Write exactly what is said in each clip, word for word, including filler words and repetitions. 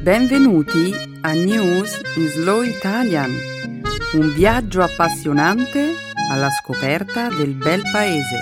Benvenuti a News in Slow Italian, un viaggio appassionante alla scoperta del bel paese.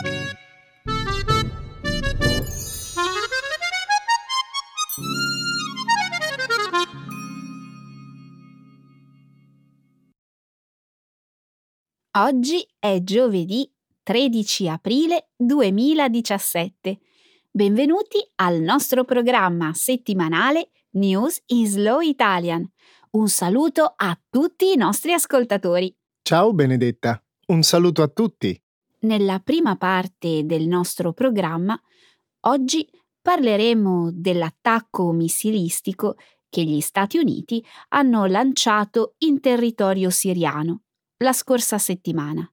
Oggi è giovedì tredici aprile duemiladiciassette. Benvenuti al nostro programma settimanale News in Slow Italian. Un saluto a tutti i nostri ascoltatori. Ciao Benedetta, un saluto a tutti. Nella prima parte del nostro programma, oggi parleremo dell'attacco missilistico che gli Stati Uniti hanno lanciato in territorio siriano la scorsa settimana.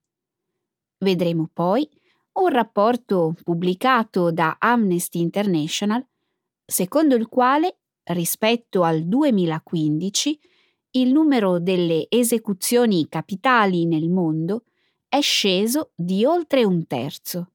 Vedremo poi un rapporto pubblicato da Amnesty International, secondo il quale, rispetto al duemilaquindici, il numero delle esecuzioni capitali nel mondo è sceso di oltre un terzo.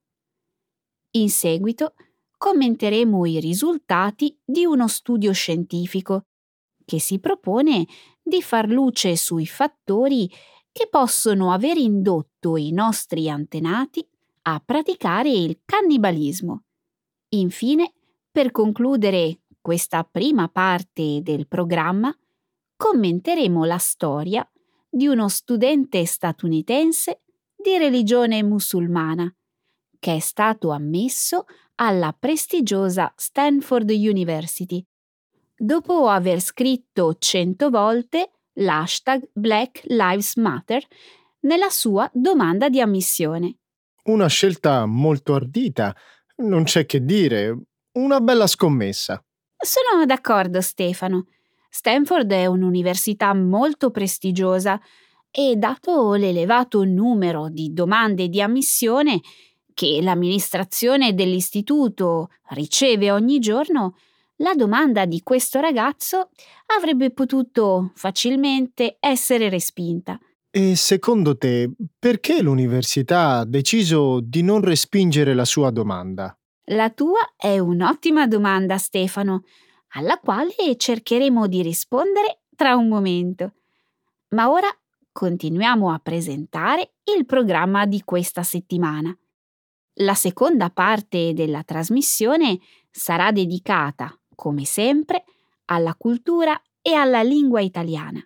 In seguito commenteremo i risultati di uno studio scientifico che si propone di far luce sui fattori che possono aver indotto i nostri antenati a praticare il cannibalismo. Infine, per concludere questa prima parte del programma, commenteremo la storia di uno studente statunitense di religione musulmana che è stato ammesso alla prestigiosa Stanford University dopo aver scritto cento volte l'hashtag Black Lives Matter nella sua domanda di ammissione. Una scelta molto ardita, non c'è che dire, una bella scommessa. Sono d'accordo, Stefano. Stanford è un'università molto prestigiosa e, dato l'elevato numero di domande di ammissione che l'amministrazione dell'istituto riceve ogni giorno, la domanda di questo ragazzo avrebbe potuto facilmente essere respinta. E secondo te, perché l'università ha deciso di non respingere la sua domanda? La tua è un'ottima domanda, Stefano, alla quale cercheremo di rispondere tra un momento. Ma ora continuiamo a presentare il programma di questa settimana. La seconda parte della trasmissione sarà dedicata, come sempre, alla cultura e alla lingua italiana.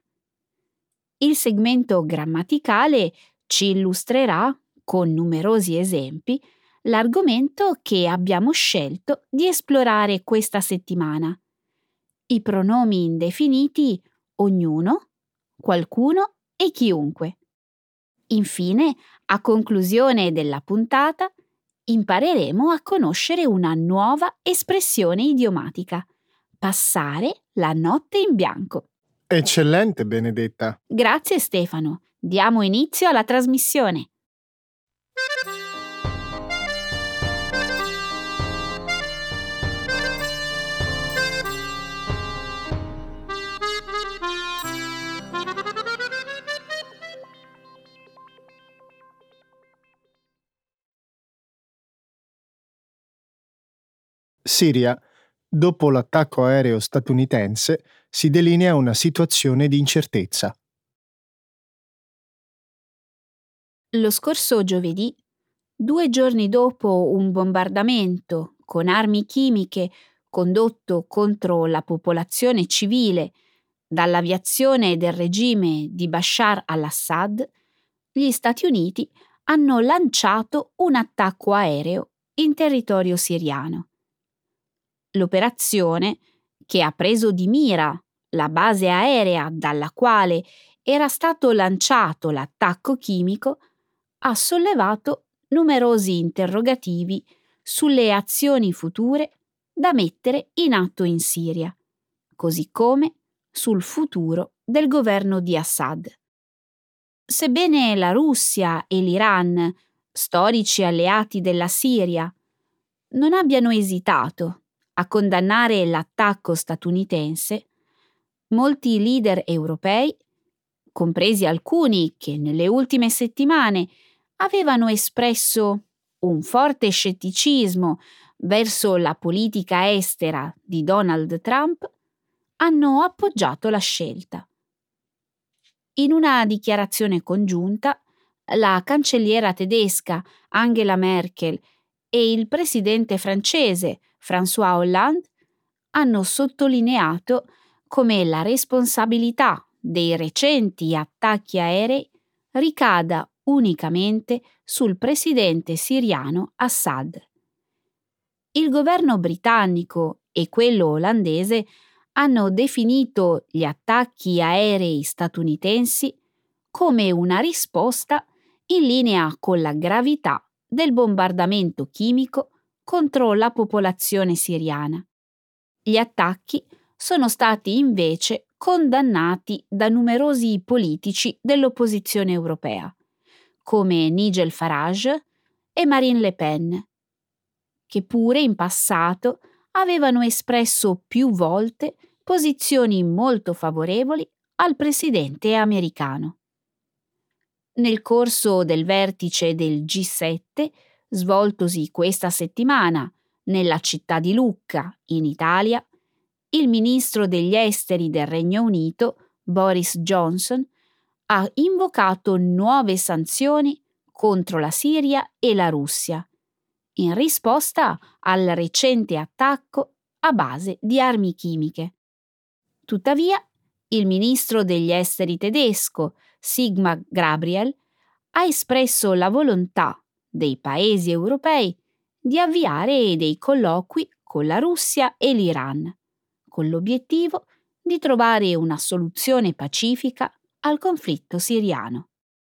Il segmento grammaticale ci illustrerà, con numerosi esempi, l'argomento che abbiamo scelto di esplorare questa settimana. I pronomi indefiniti ognuno, qualcuno e chiunque. Infine, a conclusione della puntata, impareremo a conoscere una nuova espressione idiomatica: passare la notte in bianco. Eccellente, Benedetta. Grazie, Stefano. Diamo inizio alla trasmissione. Siria. Dopo l'attacco aereo statunitense, si delinea una situazione di incertezza. Lo scorso giovedì, due giorni dopo un bombardamento con armi chimiche condotto contro la popolazione civile dall'aviazione del regime di Bashar al-Assad, gli Stati Uniti hanno lanciato un attacco aereo in territorio siriano. L'operazione, che ha preso di mira la base aerea dalla quale era stato lanciato l'attacco chimico, ha sollevato numerosi interrogativi sulle azioni future da mettere in atto in Siria, così come sul futuro del governo di Assad. Sebbene la Russia e l'Iran, storici alleati della Siria, non abbiano esitato a condannare l'attacco statunitense, molti leader europei, compresi alcuni che nelle ultime settimane avevano espresso un forte scetticismo verso la politica estera di Donald Trump, hanno appoggiato la scelta. In una dichiarazione congiunta, la cancelliera tedesca Angela Merkel e il presidente francese François Hollande hanno sottolineato come la responsabilità dei recenti attacchi aerei ricada unicamente sul presidente siriano Assad. Il governo britannico e quello olandese hanno definito gli attacchi aerei statunitensi come una risposta in linea con la gravità del bombardamento chimico contro la popolazione siriana. Gli attacchi sono stati invece condannati da numerosi politici dell'opposizione europea, come Nigel Farage e Marine Le Pen, che pure in passato avevano espresso più volte posizioni molto favorevoli al presidente americano. Nel corso del vertice del G sette, svoltosi questa settimana nella città di Lucca, in Italia, il ministro degli esteri del Regno Unito, Boris Johnson, ha invocato nuove sanzioni contro la Siria e la Russia, in risposta al recente attacco a base di armi chimiche. Tuttavia, il ministro degli esteri tedesco, Sigmar Gabriel, ha espresso la volontà dei paesi europei di avviare dei colloqui con la Russia e l'Iran, con l'obiettivo di trovare una soluzione pacifica al conflitto siriano.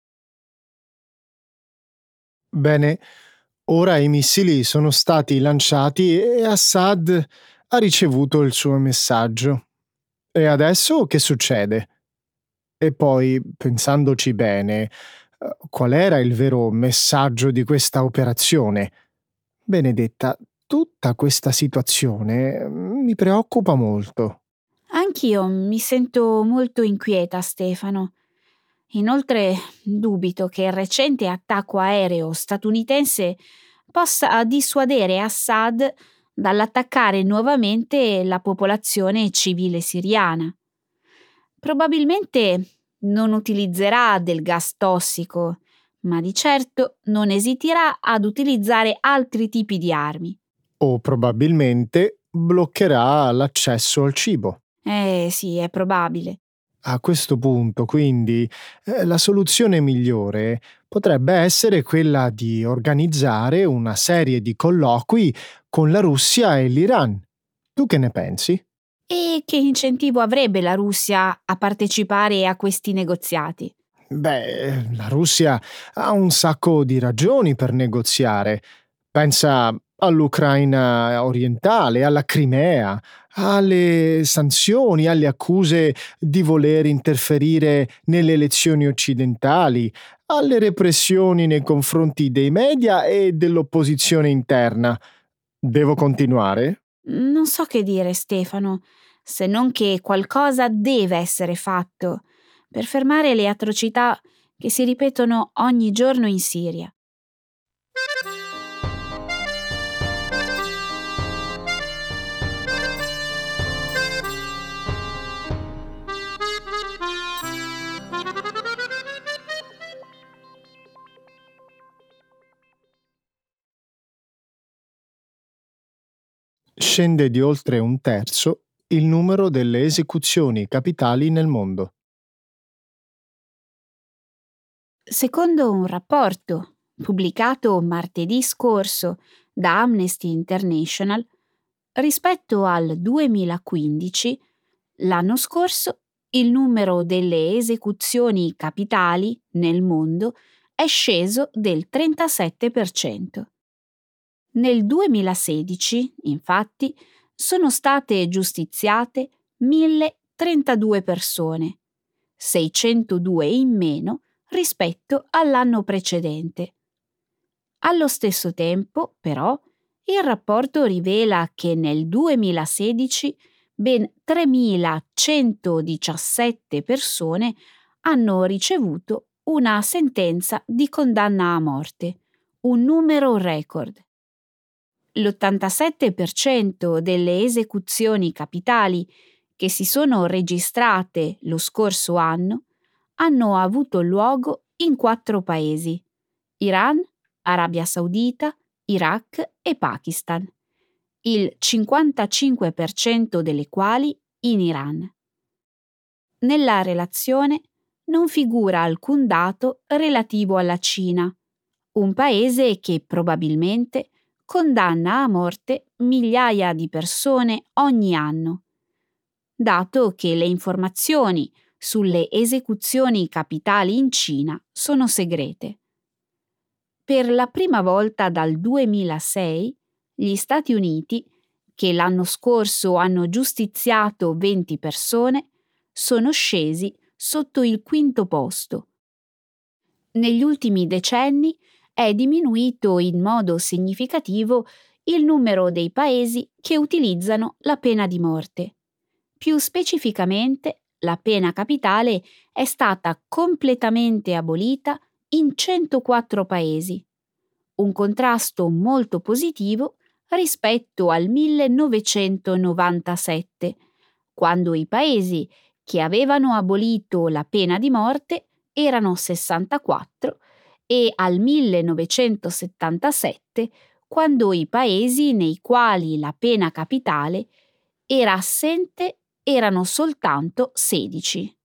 Bene, ora i missili sono stati lanciati e Assad ha ricevuto il suo messaggio. E adesso che succede? E poi, pensandoci bene, qual era il vero messaggio di questa operazione? Benedetta, tutta questa situazione mi preoccupa molto. Anch'io mi sento molto inquieta, Stefano. Inoltre dubito che il recente attacco aereo statunitense possa dissuadere Assad dall'attaccare nuovamente la popolazione civile siriana. Probabilmente non utilizzerà del gas tossico, ma di certo non esiterà ad utilizzare altri tipi di armi. O probabilmente bloccherà l'accesso al cibo. Eh sì, è probabile. A questo punto, quindi, eh, la soluzione migliore potrebbe essere quella di organizzare una serie di colloqui con la Russia e l'Iran. Tu che ne pensi? E che incentivo avrebbe la Russia a partecipare a questi negoziati? Beh, la Russia ha un sacco di ragioni per negoziare. Pensa all'Ucraina orientale, alla Crimea, alle sanzioni, alle accuse di voler interferire nelle elezioni occidentali, alle repressioni nei confronti dei media e dell'opposizione interna. Devo continuare? Non so che dire, Stefano, se non che qualcosa deve essere fatto per fermare le atrocità che si ripetono ogni giorno in Siria. Scende di oltre un terzo il numero delle esecuzioni capitali nel mondo. Secondo un rapporto pubblicato martedì scorso da Amnesty International, rispetto al duemilaquindici, l'anno scorso il numero delle esecuzioni capitali nel mondo è sceso del trentasette per cento. Nel duemilasedici, infatti, sono state giustiziate mille trentadue persone, seicentodue in meno rispetto all'anno precedente. Allo stesso tempo, però, il rapporto rivela che nel duemilasedici ben tremilacentodiciassette persone hanno ricevuto una sentenza di condanna a morte, un numero record. L'ottantasette per cento delle esecuzioni capitali che si sono registrate lo scorso anno hanno avuto luogo in quattro paesi: Iran, Arabia Saudita, Iraq e Pakistan, il cinquantacinque per cento delle quali in Iran. Nella relazione non figura alcun dato relativo alla Cina, un paese che probabilmente condanna a morte migliaia di persone ogni anno, dato che le informazioni sulle esecuzioni capitali in Cina sono segrete. Per la prima volta dal duemilasei, gli Stati Uniti, che l'anno scorso hanno giustiziato venti persone, sono scesi sotto il quinto posto. Negli ultimi decenni è diminuito in modo significativo il numero dei paesi che utilizzano la pena di morte. Più specificamente, la pena capitale è stata completamente abolita in centoquattro paesi, un contrasto molto positivo rispetto al millenovecentonovantasette, quando i paesi che avevano abolito la pena di morte erano sessantaquattro, e al millenovecentosettantasette, quando i paesi nei quali la pena capitale era assente erano soltanto sedici.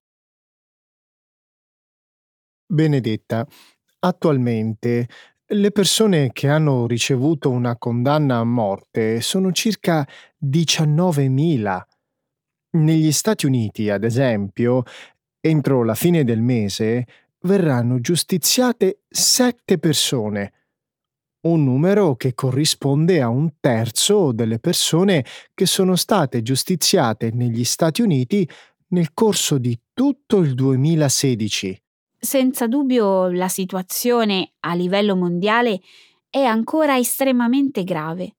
Benedetta, attualmente le persone che hanno ricevuto una condanna a morte sono circa diciannovemila. Negli Stati Uniti, ad esempio, entro la fine del mese verranno giustiziate sette persone, un numero che corrisponde a un terzo delle persone che sono state giustiziate negli Stati Uniti nel corso di tutto il duemilasedici. Senza dubbio la situazione a livello mondiale è ancora estremamente grave,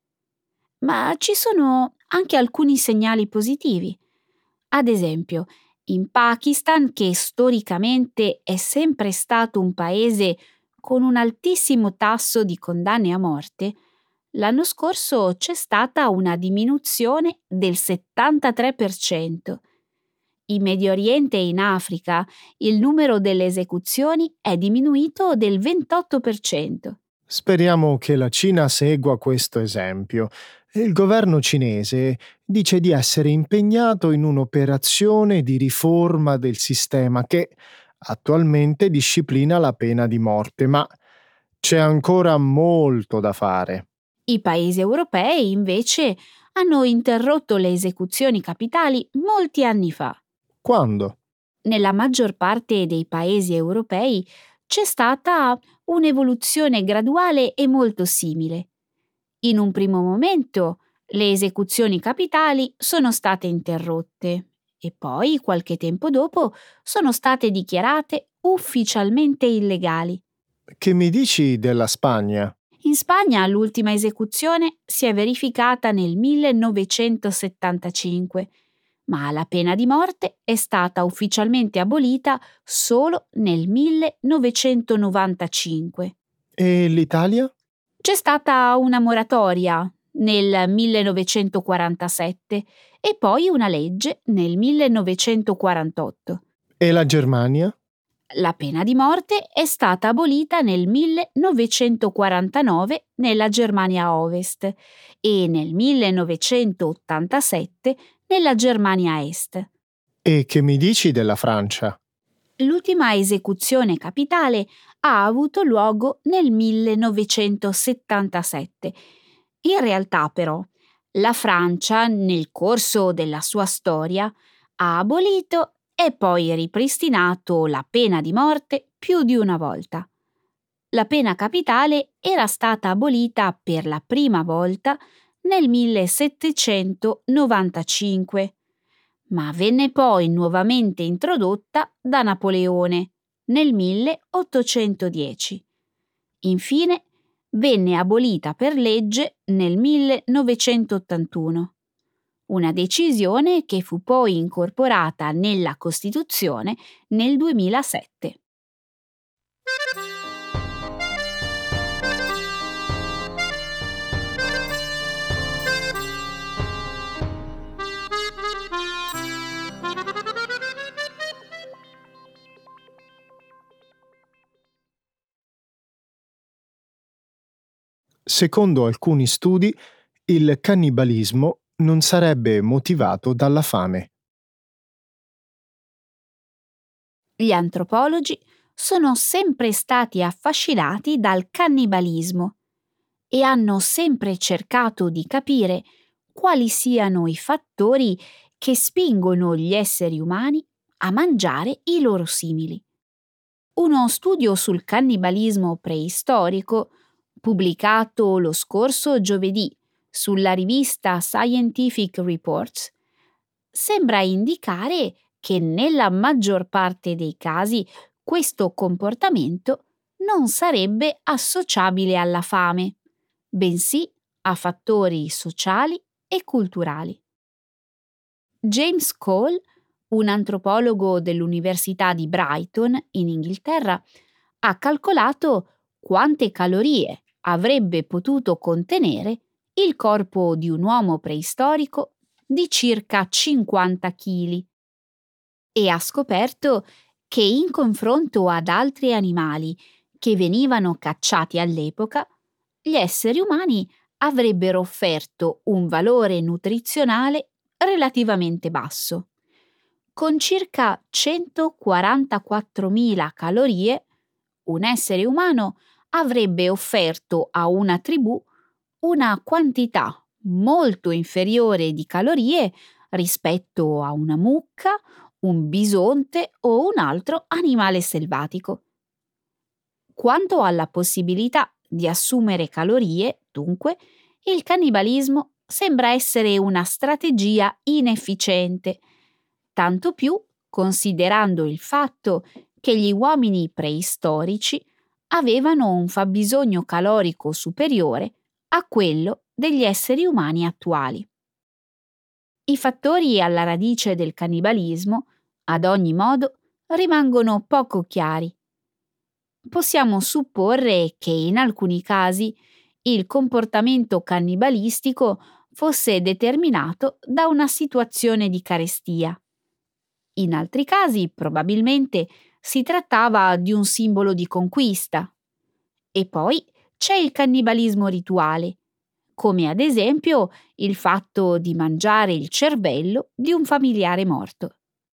ma ci sono anche alcuni segnali positivi. Ad esempio, in Pakistan, che storicamente è sempre stato un paese con un altissimo tasso di condanne a morte, l'anno scorso c'è stata una diminuzione del settantatré per cento. In Medio Oriente e in Africa il numero delle esecuzioni è diminuito del ventotto per cento. Speriamo che la Cina segua questo esempio. Il governo cinese dice di essere impegnato in un'operazione di riforma del sistema che attualmente disciplina la pena di morte, ma c'è ancora molto da fare. I paesi europei, invece, hanno interrotto le esecuzioni capitali molti anni fa. Quando? Nella maggior parte dei paesi europei c'è stata un'evoluzione graduale e molto simile. In un primo momento le esecuzioni capitali sono state interrotte e poi, qualche tempo dopo, sono state dichiarate ufficialmente illegali. Che mi dici della Spagna? In Spagna l'ultima esecuzione si è verificata nel millenovecentosettantacinque, ma la pena di morte è stata ufficialmente abolita solo nel millenovecentonovantacinque. E l'Italia? C'è stata una moratoria nel millenovecentoquarantasette e poi una legge nel millenovecentoquarantotto. E la Germania? La pena di morte è stata abolita nel millenovecentoquarantanove nella Germania Ovest e nel millenovecentottantasette nella Germania Est. E che mi dici della Francia? L'ultima esecuzione capitale ha avuto luogo nel millenovecentosettantasette. In realtà, però, la Francia, nel corso della sua storia, ha abolito e poi ripristinato la pena di morte più di una volta. La pena capitale era stata abolita per la prima volta nel millesettecentonovantacinque, ma venne poi nuovamente introdotta da Napoleone nel milleottocentodieci. Infine venne abolita per legge nel millenovecentottantuno, una decisione che fu poi incorporata nella Costituzione nel duemilasette. secondo alcuni studi, il cannibalismo non sarebbe motivato dalla fame. Gli antropologi sono sempre stati affascinati dal cannibalismo e hanno sempre cercato di capire quali siano i fattori che spingono gli esseri umani a mangiare i loro simili. Uno studio sul cannibalismo preistorico, pubblicato lo scorso giovedì sulla rivista Scientific Reports, sembra indicare che nella maggior parte dei casi questo comportamento non sarebbe associabile alla fame, bensì a fattori sociali e culturali. James Cole, un antropologo dell'Università di Brighton in Inghilterra, ha calcolato quante calorie avrebbe potuto contenere il corpo di un uomo preistorico di circa cinquanta chili e ha scoperto che in confronto ad altri animali che venivano cacciati all'epoca, gli esseri umani avrebbero offerto un valore nutrizionale relativamente basso. Con circa centoquarantaquattromila calorie, un essere umano avrebbe offerto a una tribù una quantità molto inferiore di calorie rispetto a una mucca, un bisonte o un altro animale selvatico. Quanto alla possibilità di assumere calorie, dunque, il cannibalismo sembra essere una strategia inefficiente, tanto più considerando il fatto che gli uomini preistorici avevano un fabbisogno calorico superiore a quello degli esseri umani attuali. I fattori alla radice del cannibalismo, ad ogni modo, rimangono poco chiari. Possiamo supporre che in alcuni casi il comportamento cannibalistico fosse determinato da una situazione di carestia. In altri casi, probabilmente, si trattava di un simbolo di conquista. E poi c'è il cannibalismo rituale, come ad esempio il fatto di mangiare il cervello di un familiare morto.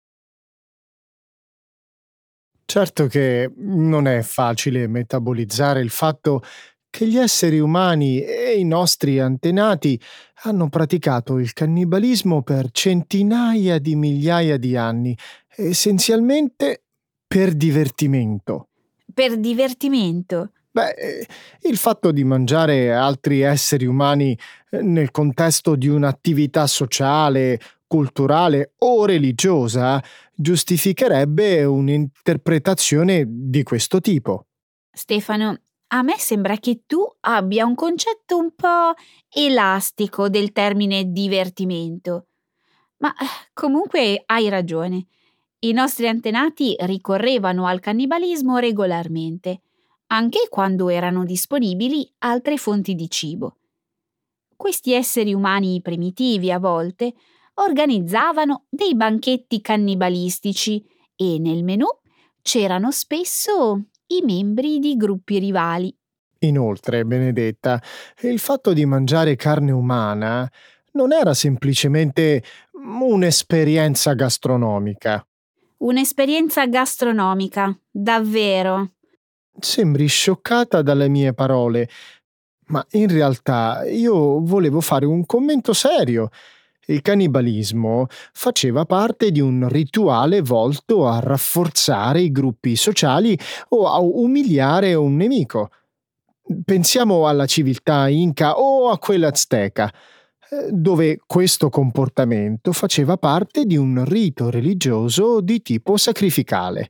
Certo che non è facile metabolizzare il fatto che gli esseri umani e i nostri antenati hanno praticato il cannibalismo per centinaia di migliaia di anni, essenzialmente per divertimento. Per divertimento? Beh, eh, il fatto di mangiare altri esseri umani eh, nel contesto di un'attività sociale, culturale o religiosa giustificherebbe un'interpretazione di questo tipo. Stefano, a me sembra che tu abbia un concetto un po' elastico del termine divertimento. Ma eh, comunque hai ragione. I nostri antenati ricorrevano al cannibalismo regolarmente, anche quando erano disponibili altre fonti di cibo. Questi esseri umani primitivi a volte organizzavano dei banchetti cannibalistici e nel menù c'erano spesso i membri di gruppi rivali. Inoltre, Benedetta, il fatto di mangiare carne umana non era semplicemente un'esperienza gastronomica. Un'esperienza gastronomica, davvero. Sembri scioccata dalle mie parole, ma in realtà io volevo fare un commento serio. Il cannibalismo faceva parte di un rituale volto a rafforzare i gruppi sociali o a umiliare un nemico. Pensiamo alla civiltà inca o a quella azteca, eh, dove questo comportamento faceva parte di un rito religioso di tipo sacrificale.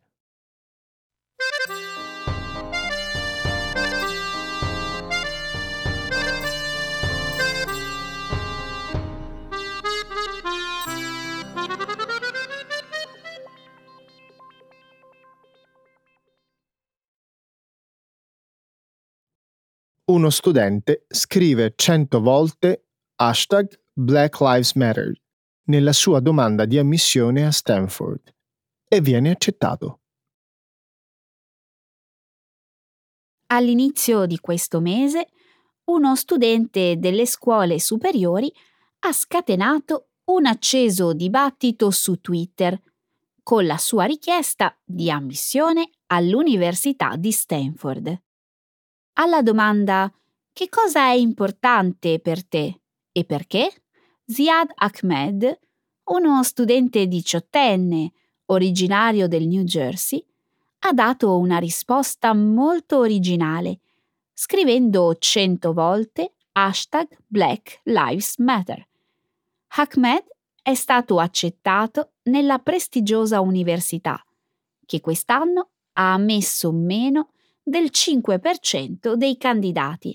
Uno studente scrive cento volte hashtag Black Lives Matter nella sua domanda di ammissione a Stanford e viene accettato. All'inizio di questo mese uno studente delle scuole superiori ha scatenato un acceso dibattito su Twitter con la sua richiesta di ammissione all'Università di Stanford. Alla domanda «Che cosa è importante per te e perché?», Ziad Ahmed, uno studente diciottenne originario del New Jersey, ha dato una risposta molto originale, scrivendo cento volte hashtag Black Lives Matter. Ahmed è stato accettato nella prestigiosa università, che quest'anno ha ammesso meno del cinque per cento dei candidati.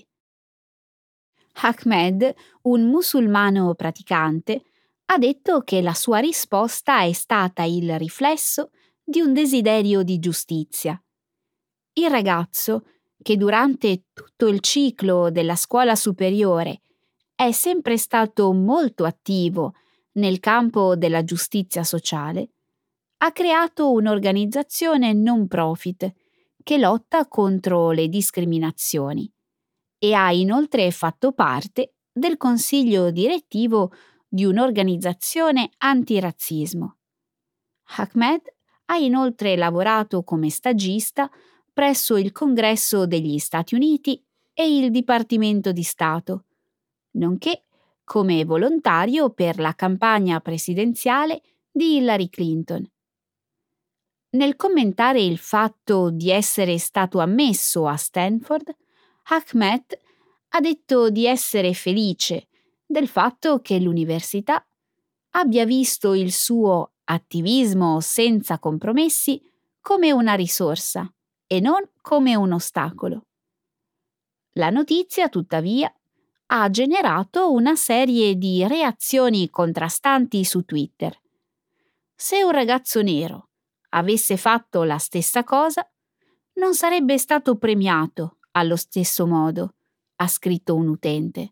Ahmed, un musulmano praticante, ha detto che la sua risposta è stata il riflesso di un desiderio di giustizia. Il ragazzo, che durante tutto il ciclo della scuola superiore è sempre stato molto attivo nel campo della giustizia sociale, ha creato un'organizzazione non profit che lotta contro le discriminazioni e ha inoltre fatto parte del consiglio direttivo di un'organizzazione antirazzismo. Ahmed ha inoltre lavorato come stagista presso il Congresso degli Stati Uniti e il Dipartimento di Stato, nonché come volontario per la campagna presidenziale di Hillary Clinton. Nel commentare il fatto di essere stato ammesso a Stanford, Ahmed ha detto di essere felice del fatto che l'università abbia visto il suo attivismo senza compromessi come una risorsa e non come un ostacolo. La notizia, tuttavia, ha generato una serie di reazioni contrastanti su Twitter. Se un ragazzo nero avesse fatto la stessa cosa, non sarebbe stato premiato allo stesso modo, ha scritto un utente.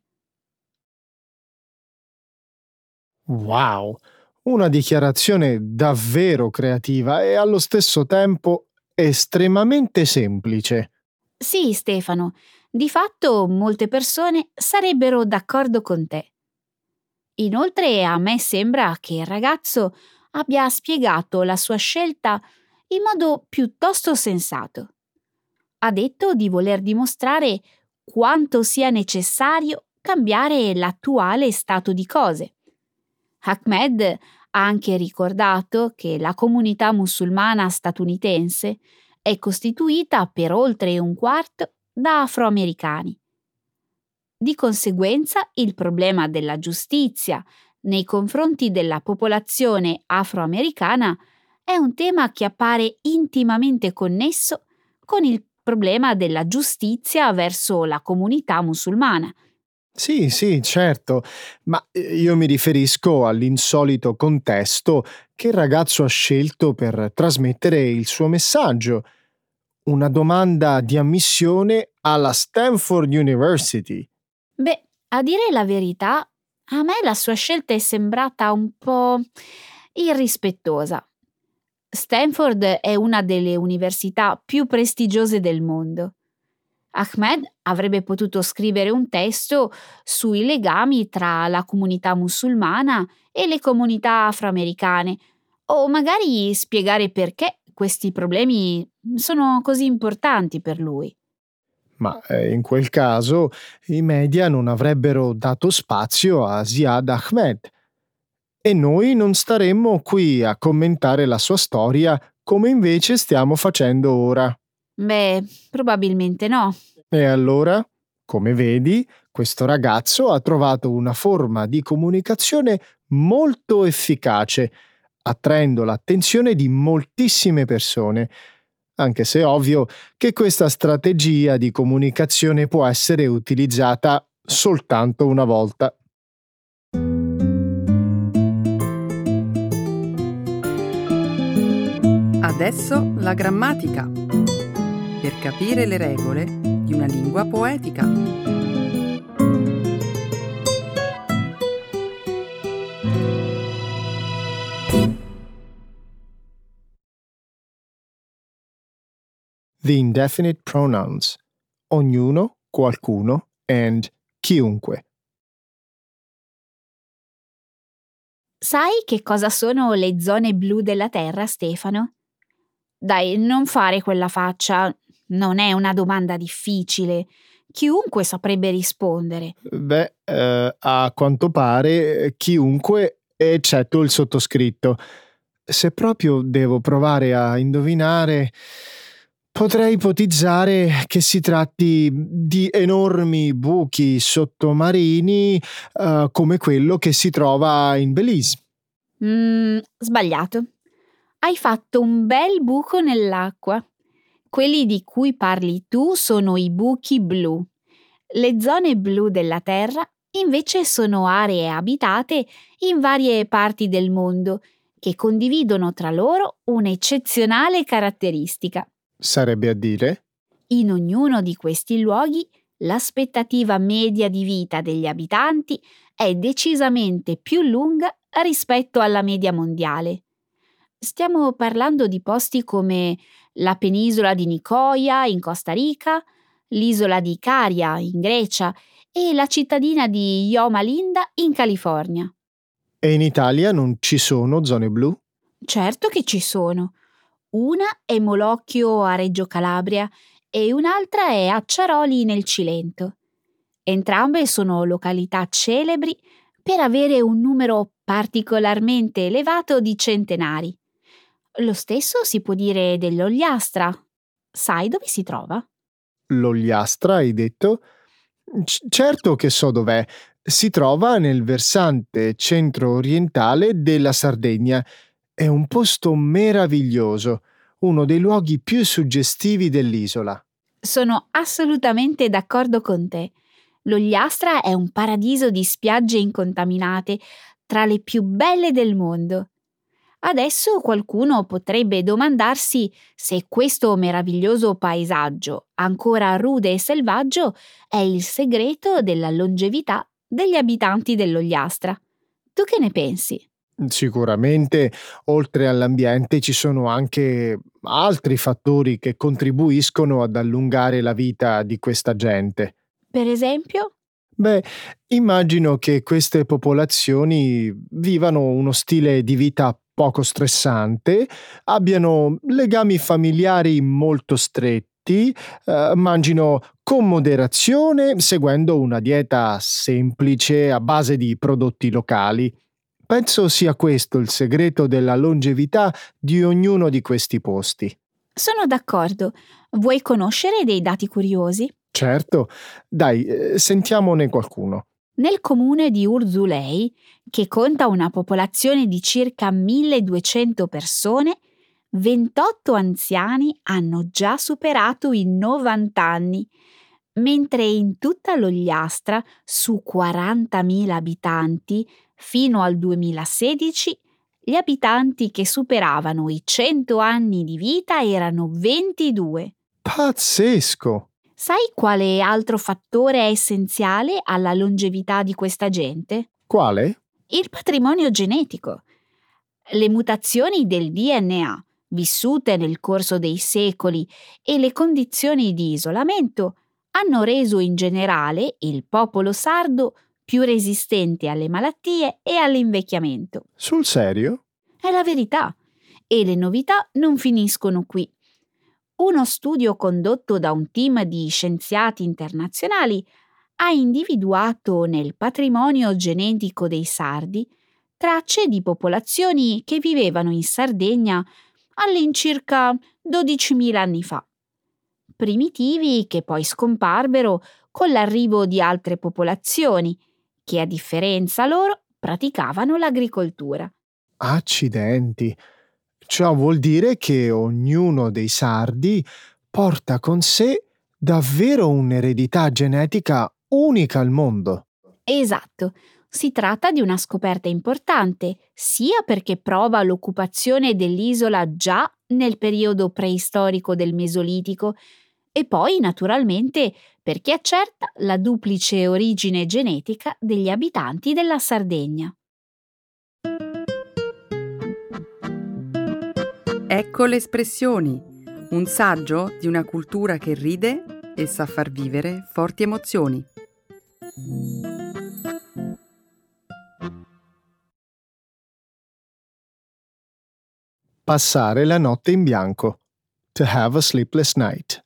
Wow! Una dichiarazione davvero creativa e allo stesso tempo estremamente semplice. Sì, Stefano, di fatto molte persone sarebbero d'accordo con te. Inoltre a me sembra che il ragazzo abbia spiegato la sua scelta in modo piuttosto sensato. Ha detto di voler dimostrare quanto sia necessario cambiare l'attuale stato di cose. Ahmed ha anche ricordato che la comunità musulmana statunitense è costituita per oltre un quarto da afroamericani. Di conseguenza, il problema della giustizia nei confronti della popolazione afroamericana è un tema che appare intimamente connesso con il problema della giustizia verso la comunità musulmana. Sì, sì, certo, ma eh, io mi riferisco all'insolito contesto che il ragazzo ha scelto per trasmettere il suo messaggio. Una domanda di ammissione alla Stanford University. Beh, a dire la verità, a me la sua scelta è sembrata un po' irrispettosa. Stanford è una delle università più prestigiose del mondo. Ahmed avrebbe potuto scrivere un testo sui legami tra la comunità musulmana e le comunità afroamericane, o magari spiegare perché questi problemi sono così importanti per lui. Ma eh, in quel caso i media non avrebbero dato spazio a Ziad Ahmed e noi non staremmo qui a commentare la sua storia come invece stiamo facendo ora. Beh, probabilmente no. E allora, come vedi, questo ragazzo ha trovato una forma di comunicazione molto efficace, attraendo l'attenzione di moltissime persone, anche se è ovvio che questa strategia di comunicazione può essere utilizzata soltanto una volta. Adesso la grammatica, per capire le regole di una lingua poetica. The indefinite pronouns. Ognuno, qualcuno and chiunque. Sai che cosa sono le zone blu della Terra, Stefano? Dai, non fare quella faccia. Non è una domanda difficile. Chiunque saprebbe rispondere. Beh, eh, a quanto pare chiunque, eccetto il sottoscritto. Se proprio devo provare a indovinare, potrei ipotizzare che si tratti di enormi buchi sottomarini eh, come quello che si trova in Belize. Mm, sbagliato. Hai fatto un bel buco nell'acqua. Quelli di cui parli tu sono i buchi blu. Le zone blu della Terra invece sono aree abitate in varie parti del mondo che condividono tra loro un'eccezionale caratteristica. Sarebbe a dire? In ognuno di questi luoghi l'aspettativa media di vita degli abitanti è decisamente più lunga rispetto alla media mondiale. Stiamo parlando di posti come la penisola di Nicoya in Costa Rica, l'isola di Caria in Grecia e la cittadina di Loma Linda in California. E in Italia non ci sono zone blu? Certo che ci sono. Una è Molocchio a Reggio Calabria e un'altra è Acciaroli nel Cilento. Entrambe sono località celebri per avere un numero particolarmente elevato di centenari. Lo stesso si può dire dell'Ogliastra. Sai dove si trova? L'Ogliastra, hai detto? C- certo che so dov'è. Si trova nel versante centro-orientale della Sardegna. È un posto meraviglioso, uno dei luoghi più suggestivi dell'isola. Sono assolutamente d'accordo con te. L'Ogliastra è un paradiso di spiagge incontaminate, tra le più belle del mondo. Adesso qualcuno potrebbe domandarsi se questo meraviglioso paesaggio, ancora rude e selvaggio, è il segreto della longevità degli abitanti dell'Ogliastra. Tu che ne pensi? Sicuramente, oltre all'ambiente, ci sono anche altri fattori che contribuiscono ad allungare la vita di questa gente. Per esempio? Beh, immagino che queste popolazioni vivano uno stile di vita poco stressante, abbiano legami familiari molto stretti, eh, mangino con moderazione, seguendo una dieta semplice a base di prodotti locali. Penso sia questo il segreto della longevità di ognuno di questi posti. Sono d'accordo. Vuoi conoscere dei dati curiosi? Certo, dai, eh, sentiamone qualcuno. Nel comune di Urzulei, che conta una popolazione di circa milleduecento persone, ventotto anziani hanno già superato i novanta anni, mentre in tutta l'Ogliastra, su quarantamila abitanti, fino al duemilasedici, gli abitanti che superavano i cento anni di vita erano ventidue. Pazzesco! Sai quale altro fattore è essenziale alla longevità di questa gente? Quale? Il patrimonio genetico. Le mutazioni del D N A, vissute nel corso dei secoli, e le condizioni di isolamento hanno reso in generale il popolo sardo più resistente alle malattie e all'invecchiamento. Sul serio? È la verità. E le novità non finiscono qui. Uno studio condotto da un team di scienziati internazionali ha individuato nel patrimonio genetico dei sardi tracce di popolazioni che vivevano in Sardegna all'incirca dodicimila anni fa. Primitivi che poi scomparvero con l'arrivo di altre popolazioni che, a differenza loro, praticavano l'agricoltura. Accidenti! Ciò vuol dire che ognuno dei sardi porta con sé davvero un'eredità genetica unica al mondo. Esatto, si tratta di una scoperta importante, sia perché prova l'occupazione dell'isola già nel periodo preistorico del Mesolitico, e poi, naturalmente, perché accerta la duplice origine genetica degli abitanti della Sardegna. Ecco le espressioni, un saggio di una cultura che ride e sa far vivere forti emozioni. Passare la notte in bianco. To have a sleepless night.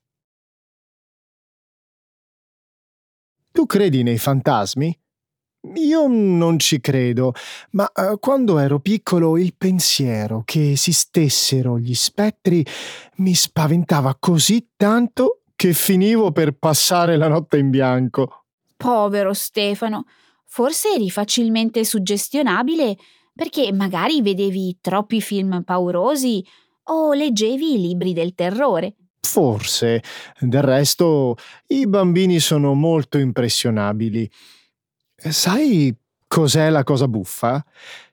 Tu credi nei fantasmi? Io non ci credo, ma eh, quando ero piccolo il pensiero che esistessero gli spettri mi spaventava così tanto che finivo per passare la notte in bianco. Povero Stefano, forse eri facilmente suggestionabile perché magari vedevi troppi film paurosi o leggevi i libri del terrore. Forse, del resto, i bambini sono molto impressionabili. Sai cos'è la cosa buffa?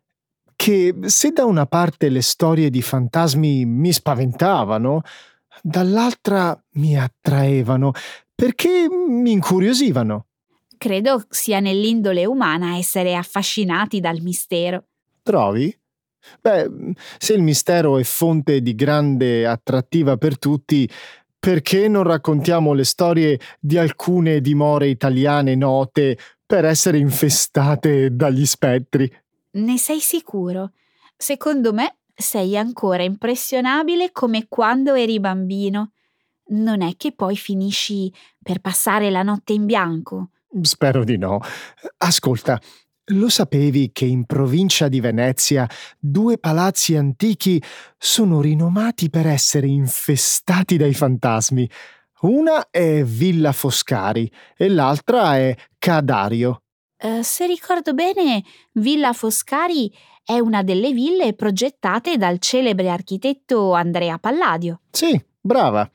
Che se da una parte le storie di fantasmi mi spaventavano, dall'altra mi attraevano perché mi incuriosivano. Credo sia nell'indole umana essere affascinati dal mistero. Trovi? Beh, se il mistero è fonte di grande attrattiva per tutti, perché non raccontiamo le storie di alcune dimore italiane note per essere infestate dagli spettri? Ne sei sicuro? Secondo me sei ancora impressionabile come quando eri bambino. Non è che poi finisci per passare la notte in bianco? Spero di no. Ascolta, lo sapevi che in provincia di Venezia due palazzi antichi sono rinomati per essere infestati dai fantasmi? Una è Villa Foscari e l'altra è Ca d'Ario. Eh, se ricordo bene, Villa Foscari è una delle ville progettate dal celebre architetto Andrea Palladio. Sì, brava.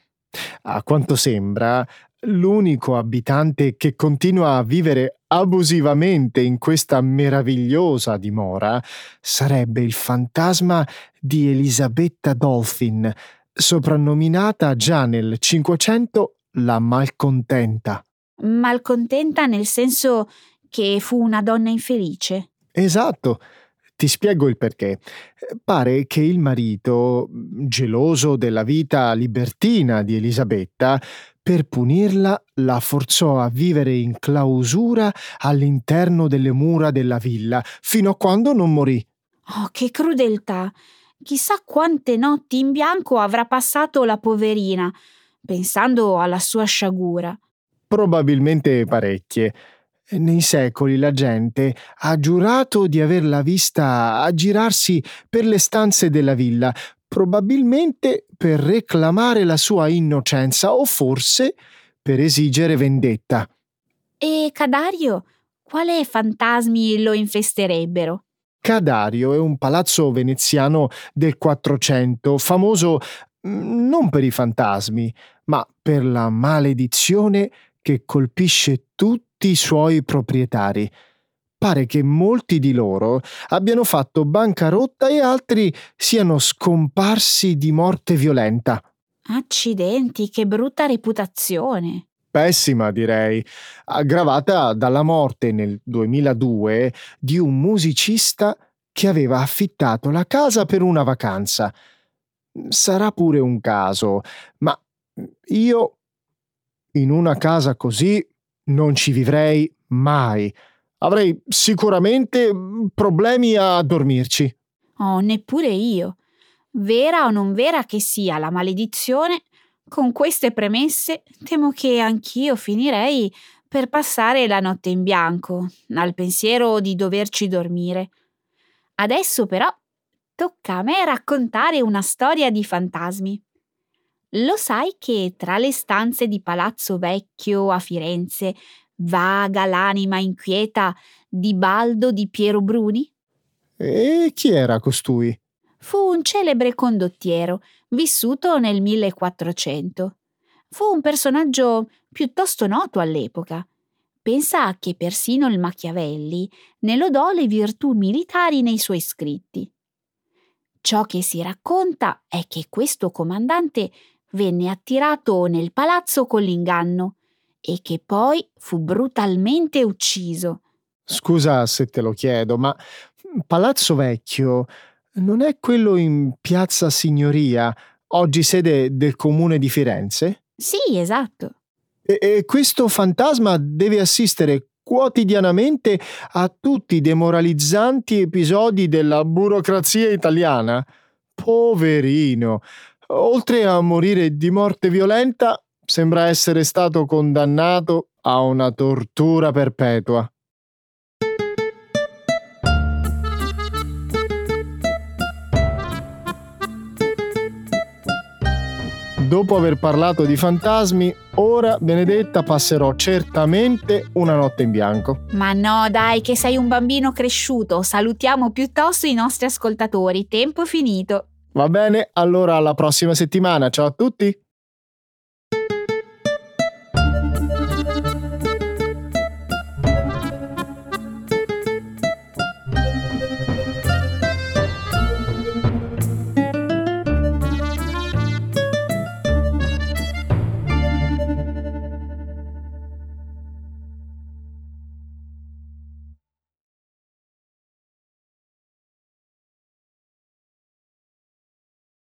A quanto sembra, l'unico abitante che continua a vivere abusivamente in questa meravigliosa dimora sarebbe il fantasma di Elisabetta Dolphin, soprannominata già nel Cinquecento la Malcontenta. Malcontenta nel senso che fu una donna infelice. Esatto. Ti spiego il perché. Pare che il marito, geloso della vita libertina di Elisabetta, per punirla la forzò a vivere in clausura all'interno delle mura della villa, fino a quando non morì. Oh, che crudeltà! Chissà quante notti in bianco avrà passato la poverina, pensando alla sua sciagura. Probabilmente parecchie. Nei secoli la gente ha giurato di averla vista aggirarsi per le stanze della villa, probabilmente per reclamare la sua innocenza o forse per esigere vendetta. E Cadario? Quale fantasmi lo infesterebbero? Ca d'Ario è un palazzo veneziano del Quattrocento, famoso non per i fantasmi, ma per la maledizione che colpisce tutti i suoi proprietari. Pare che molti di loro abbiano fatto bancarotta e altri siano scomparsi di morte violenta. Accidenti, che brutta reputazione! Pessima, direi, aggravata dalla morte nel duemiladue di un musicista che aveva affittato la casa per una vacanza. Sarà pure un caso, ma io in una casa così non ci vivrei mai. Avrei sicuramente problemi a dormirci. Oh, neppure io. Vera o non vera che sia la maledizione, con queste premesse temo che anch'io finirei per passare la notte in bianco, al pensiero di doverci dormire. Adesso però tocca a me raccontare una storia di fantasmi. Lo sai che tra le stanze di Palazzo Vecchio a Firenze vaga l'anima inquieta di Baldo di Piero Bruni? E chi era costui? Fu un celebre condottiero, vissuto nel millequattrocento. Fu un personaggio piuttosto noto all'epoca. Pensa che persino il Machiavelli ne lodò le virtù militari nei suoi scritti. Ciò che si racconta è che questo comandante venne attirato nel palazzo con l'inganno e che poi fu brutalmente ucciso. Scusa se te lo chiedo, ma Palazzo Vecchio non è quello in Piazza Signoria, oggi sede del comune di Firenze? Sì, esatto. E, e questo fantasma deve assistere quotidianamente a tutti i demoralizzanti episodi della burocrazia italiana? Poverino! Oltre a morire di morte violenta, sembra essere stato condannato a una tortura perpetua. Dopo aver parlato di fantasmi, ora, Benedetta, passerò certamente una notte in bianco. Ma no, dai, che sei un bambino cresciuto. Salutiamo piuttosto i nostri ascoltatori. Tempo finito. Va bene, allora alla prossima settimana. Ciao a tutti!